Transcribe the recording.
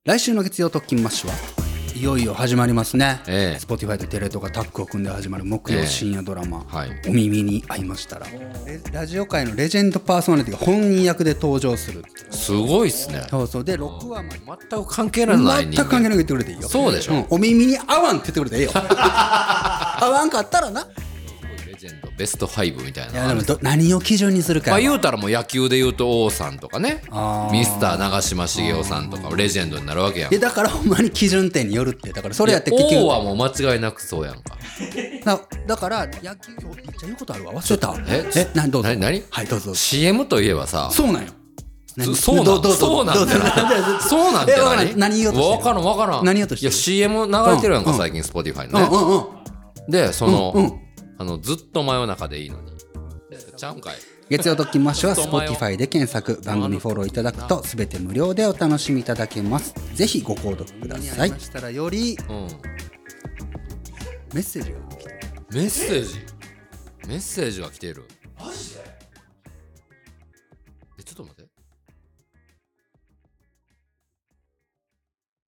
来週の月曜特勤マッシュはいよいよ始まりますね、Spotify とテレ東がタッグを組んで始まる木曜深夜ドラマ、お耳に合いましたら、ラジオ界のレジェンドパーソナリティが本人役で登場する。 すごいっすね。 そうで6話まで全く関係ない人間。 全く関係なく言ってくれていいよ。 そうでしょ、 お耳に合わんって言ってくれていいよ合わんかったらな。 レジェンドベスト5みたいな。 いやでも何を基準にするか、 言うたらもう野球で言うと王さんとかね、ミスター長嶋茂雄さんとかレジェンドになるわけやん。 だからほんまに基準点によるって。だからそれやって結局王はもう間違いなくそうやんかだから野球めっちゃ言うことあるわ、忘れた。どうぞ。 何はいどうぞ。 CM といえばさ、 そうなんよ。 そうなんて何言おうとしてる。 分からん。 何言おうとしてる。 いや CM 流れてるやんか最近 Spotify のね。でそのずっと真夜中でいいのにちゃうんかい。 月曜特勤マッシュは Spotify で検索、番組フォローいただくと全て無料でお楽しみいただけます。ぜひご購読ください。ましたらよりメッセージが来てる。 メッセージが来てる。